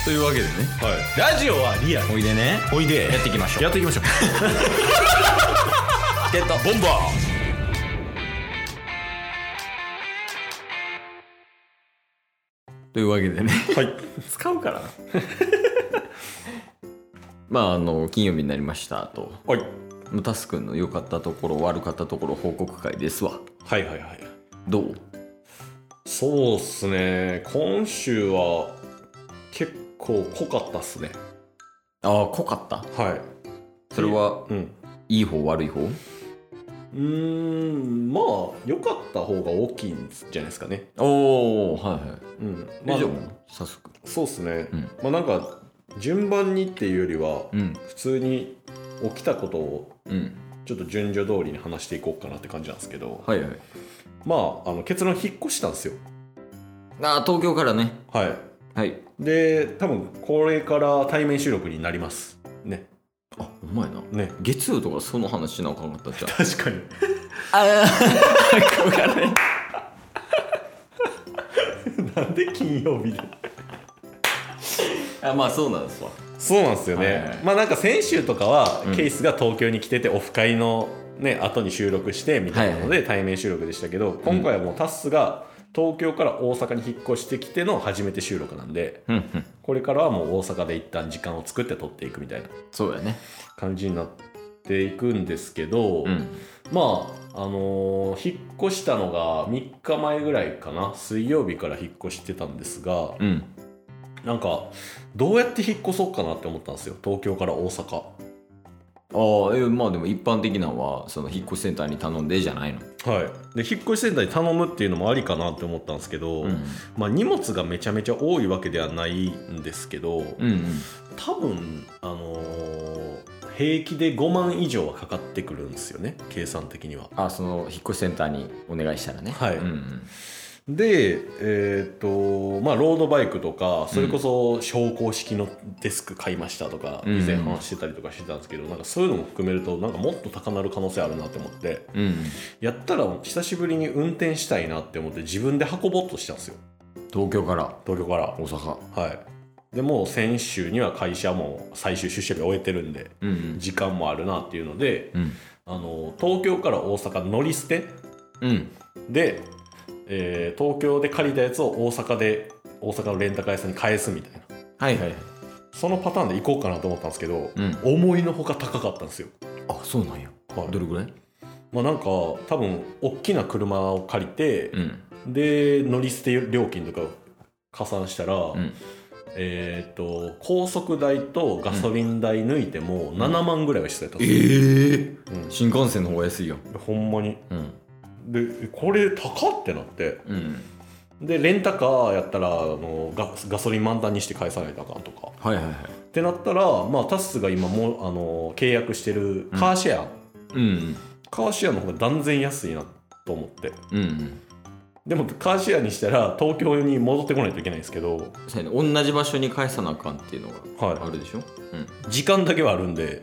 というわけでね、 はい、ラジオはリアル。 おいでね、 おいでやっていきましょう。 やっていきましょうゲットボンバというわけでねー。はい使うからまあ金曜日になりましたと、 はいタスくんの良かったところ悪かったところ報告会ですわ。 はいはいはい。 どう？ そうっすね、今週は結構濃かったっすね。 ああ、濃かった。 はい。 それは、いい方悪い方？ まあ良かった方が大きいんじゃないですかね。 おお、はいはい。 まあじゃあ早速。 そうっすね、まあなんか順番にっていうよりは、普通に起きたことをちょっと順序通りに話していこうかなって感じなんですけど、 はいはい。 まあ結論引っ越したんですよ。 ああ、東京からね。 はいはい。 で多分これから対面収録になりますね。 あ、お前な。 ね、 月曜とかその話しなあかんかったじゃん。 確かに。 ああ、ここがね。 なんで金曜日であ、まあそうなんですわ。 そうなんですよね、 はいはい、 まあなんか先週とかは、ケイスが東京に来ててオフ会のね後に収録してみたいなので対面収録でしたけど、今回はもうタッスが東京から大阪に引っ越してきての初めて収録なんで、これからはもう大阪で一旦時間を作って撮っていくみたいなそうやね感じになっていくんですけど、まあ引っ越したのが3日前ぐらいかな、水曜日から引っ越してたんですが、なんかどうやって引っ越そうかなって思ったんですよ、東京から大阪。 まあでも一般的なのはその引っ越しセンターに頼んでじゃないの。 はい、で引っ越しセンターに頼むっていうのもありかなって思ったんですけど、まあ、荷物がめちゃめちゃ多いわけではないんですけど、多分平気で5万以上はかかってくるんですよね、計算的には。 その引っ越しセンターにお願いしたらね。 はい、でまあロードバイクとかそれこそ昇降式のデスク買いましたとか、以前話してたりとかしてたんですけど、なんかそういうのも含めるとなんかもっと高なる可能性あるなって思って、やったら久しぶりに運転したいなって思って自分で運ぼうとしたんですよ、 東京から大阪。 はい。でも先週には会社も最終出社日終えてるんで、時間もあるなっていうので、東京から大阪乗り捨て、で、東京で借りたやつを大阪のレンタカー屋さんに返すみたいな、そのパターンで行こうかなと思ったんですけど、思いのほか高かったんですよ。 あ、そうなんや、どれぐらい？ まあなんか多分大きな車を借りて、で乗り捨て料金とか加算したら、高速代とガソリン代抜いても7万ぐらいは必要やったんですよ。 新幹線の方が安いよ、 ほんまに。でこれ高ってなって、でレンタカーやったらガソリン満タンにして返さないとあかんとか、ってなったら、まあ、タスが今も契約してるカーシェア、カーシェアの方が断然安いなと思って、でもカーシェアにしたら東京に戻ってこないといけないんですけど、 同じ場所に返さなあかんっていうのがあるでしょ、 時間だけはあるんで、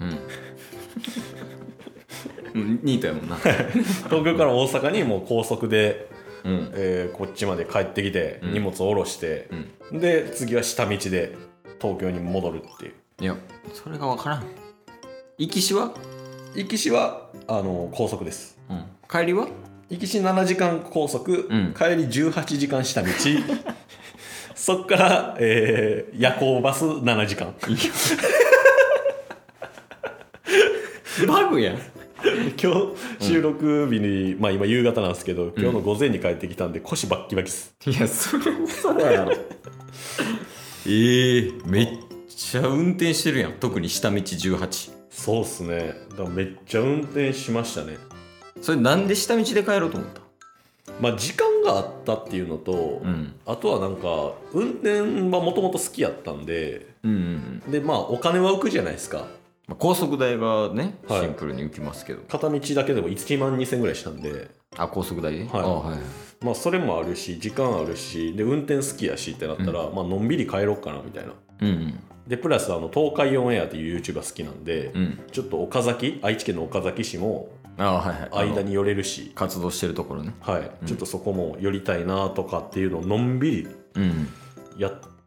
ニートやもんな東京から大阪にもう高速で、こっちまで帰ってきて、荷物を下ろして、で次は下道で東京に戻るっていう。 いやそれが分からん。行きしは高速です、 帰りは行きし7時間高速、帰り18時間下道そっから、夜行バス7時間バグやん今日収録日に、まあ今夕方なんですけど、今日の午前に帰ってきたんで腰バッキバキっす。 いやそれもそうやろめっちゃ運転してるやん、特に下道18。 そうっすね、だからめっちゃ運転しましたね。 それなんで下道で帰ろうと思った？ まあ時間があったっていうのと、あとはなんか運転はもともと好きやったんで、でまあお金は浮くじゃないですか。 高速代がね、シンプルに浮きますけど、 片道だけでも1万2000ぐらいしたんで。 高速代で、 まあそれもあるし時間あるしで運転好きやしってなったら、まあのんびり帰ろうかなみたいな。でプラス東海オンエアっていう YouTuber 好きなんで、ちょっと愛知県の岡崎市も間に寄れるし、 活動してるところね、 ちょっとそこも寄りたいなとかっていうのをのんびり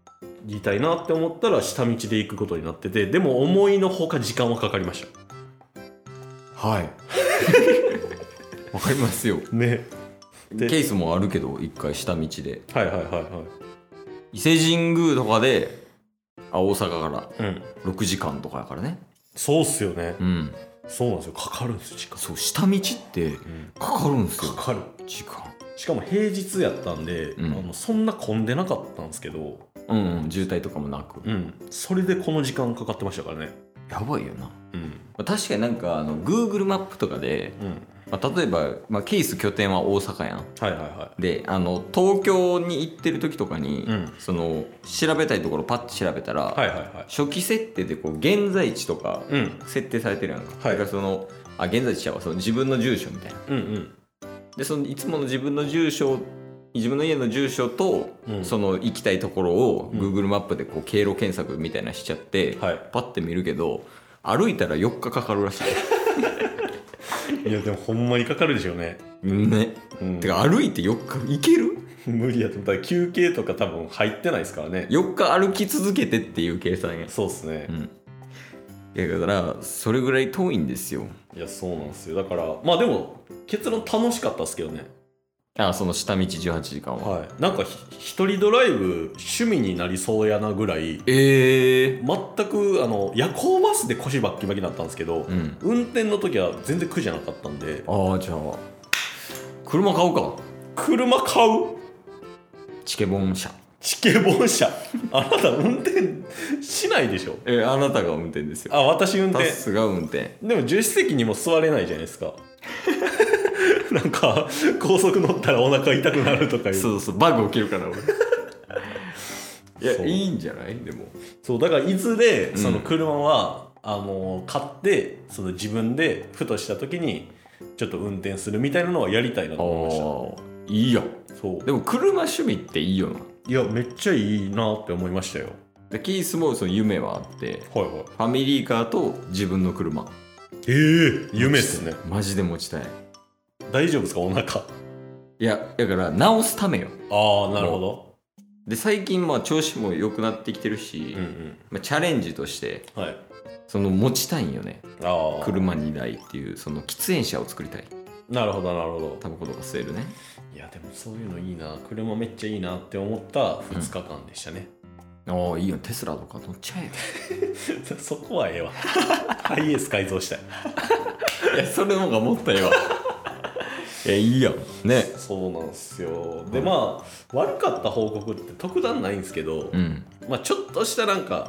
りたいなって思ったら下道で行くことになってて、でも思いのほか時間はかかりました。はいわかりますよね。 ケースもあるけど一回下道で、 はいはいはいはい、 伊勢神宮とかで大阪からうん、 6時間とかやからね。 そうっすよね、 うん、 そうなんですよ、かかるんですよ時間。 そう下道ってかかるんですよ、 かかる時間。 しかも平日やったんで、そんな混んでなかったんですけど、 渋滞とかもなく、 それでこの時間かかってましたからね。 やばいよな。確かになんかGoogle マップとかで、例えば、ケース拠点は大阪やん。 はいはいはい。 で東京に行ってる時とかに、その調べたいところパッて調べたら、 はいはいはい、 初期設定でこう現在地とか設定されてるやんか、だからその現在地ちゃうわ、その自分の住所みたいな、でそのいつもの自分の家の住所と、その行きたいところを Google マップでこう経路検索みたいなしちゃって、パッて見るけど歩いたら4日かかるらしいいやでもほんまにかかるでしょうね。 ね、てか歩いて4日行ける？ 無理やと思ったら休憩とか多分入ってないですからね。 4日歩き続けてっていう計算や。 そうっすね、 だからそれぐらい遠いんですよ。 いやそうなんですよ。だからまあでも結論楽しかったっすけどね。 その下道18時間は、 なんか一人ドライブ趣味になりそうやなぐらい、全く夜行バスで腰バッキバキだったんですけど、運転の時は全然苦じゃなかったんで。 じゃあ車買うか。 車買う？ チケボン車。 あなた運転しないでしょ。 あなたが運転ですよ。 私運転。 タスが運転。 でも助手席にも座れないじゃないですかなんか高速乗ったらお腹痛くなるとかいう。 そうバグ起きるから俺いやいいんじゃない？でもそうだからいずれその車は、買ってその自分でふとした時にちょっと運転するみたいなのはやりたいなと思いました。 いいやん。 そうでも車趣味っていいよな。 いやめっちゃいいなって思いましたよ。 でキースもその夢はあって、ファミリーカーと自分の車。 夢っすね。 マジで持ちたい。 大丈夫ですかお腹？ いやだから直すためよ。 なるほど。 で最近調子も良くなってきてるし、チャレンジとして、その持ちたいんよね。車2台っていうその喫煙車を作りたい。 なるほどなるほど。 タバコとか吸えるね。いやでもそういうのいいな。車めっちゃいいなって思った2日間でしたね。 いいよ。テスラとか乗っちゃえそこはええわハイエース改造したいいやそれの方がもっとええわいいやんね。 そうなんですよ。で悪かった報告って特段ないんですけど、ちょっとしたなんか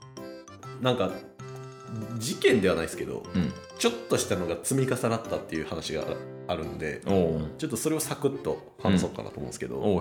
事件ではないですけど、ちょっとしたのが積み重なったっていう話があるんで、ちょっとそれをサクッと話そうかなと思うんですけど、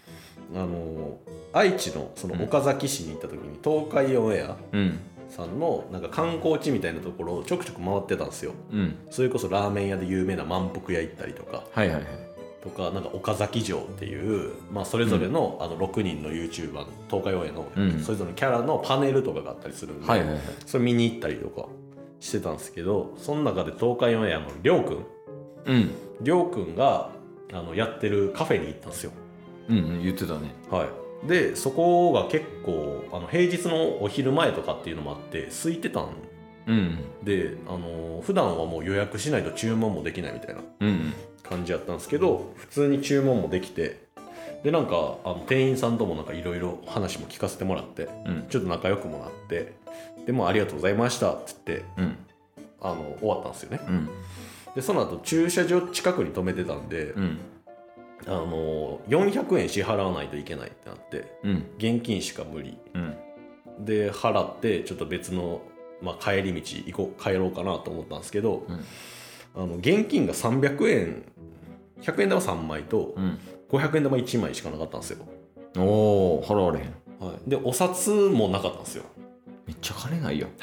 愛知のその岡崎市に行った時に東海オンエアさんのなんか観光地みたいなところをちょくちょく回ってたんですよ。それこそラーメン屋で有名な満腹屋行ったりとか、とかなんか岡崎城っていう、それぞれの6人の YouTuber の東海オンエアのそれぞれのキャラのパネルとかがあったりするんで、それ見に行ったりとかしてたんですけど、その中で東海オンエアのりょうくんがやってるカフェに行ったんですよ。 言ってたね。 でそこが結構平日のお昼前とかっていうのもあって空いてたんで、普段はもう予約しないと注文もできないみたいな感じやったんですけど、普通に注文もできて、でなんか店員さんともなんかいろいろ話も聞かせてもらって、ちょっと仲良くもなって、でもありがとうございましたっつって、終わったんですよね。でその後駐車場近くに止めてたんで、400円支払わないといけないってなって、現金しか無理、で払ってちょっと別の、帰り道帰ろうかなと思ったんですけど、現金が300円100円玉3枚と500円玉1枚しかなかったんですよ。 払われへん。 でお札もなかったんですよ。 めっちゃ金ないやん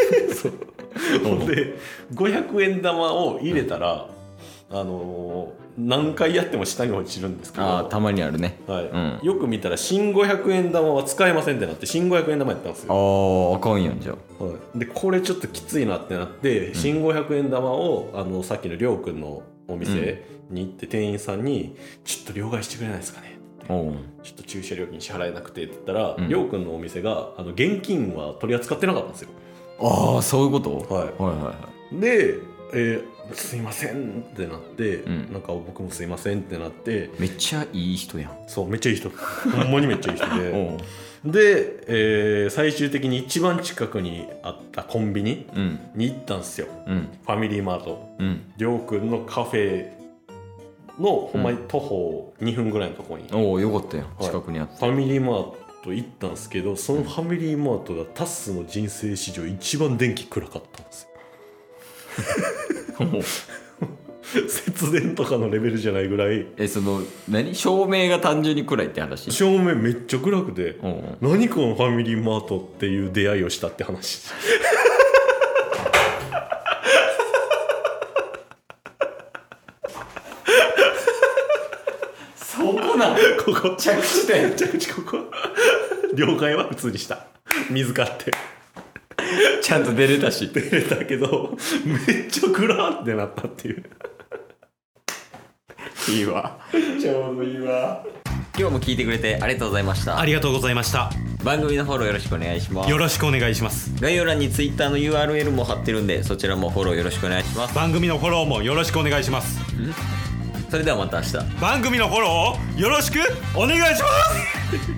で500円玉を入れたら、何回やっても下に落ちるんですけど、 たまにあるね。 よく見たら新500円玉は使えませんってなって新500円玉やったんですよ。 あかんやんじゃあ。でこれちょっときついなってなって、新500円玉をさっきのりょうくんのお店に行って店員さんにちょっと両替してくれないですかねってちょっと駐車料金支払えなくてって言ったら、りょうくんのお店が現金は取り扱ってなかったんですよ。 ああ、そういうこと？ はいはいはいはい。ですいませんってなって、なんか僕もすいませんってなって。 めっちゃいい人やん。 そう、めっちゃいい人。ほんまにめっちゃいい人でで、最終的に一番近くにあったコンビニに行ったんですよ、ファミリーマート。りょうくんのカフェのほんまに徒歩2分ぐらいのところに。 おお、よかったよ、近くにあって。 ファミリーマート行ったんですけど、そのファミリーマートがタッスの人生史上一番電気暗かったんですよ。節電とかのレベルじゃないぐらい。 照明が単純に暗いって話？ 照明めっちゃ暗くて、何このファミリーマートっていう出会いをしたって話。 そこなん？ ここ着地点。 着地ここ。了解は普通にした。水買ってちゃんと出れたし。 出れたけどめっちゃ暗ってなったっていう。 いいわ、ちょうどいいわ。今日も聞いてくれてありがとうございました。 ありがとうございました。 番組のフォローよろしくお願いします。 よろしくお願いします。 概要欄に Twitter の URL も貼ってるんで、そちらもフォローよろしくお願いします。 番組のフォローもよろしくお願いします。 それではまた明日。 番組のフォローをよろしくお願いします。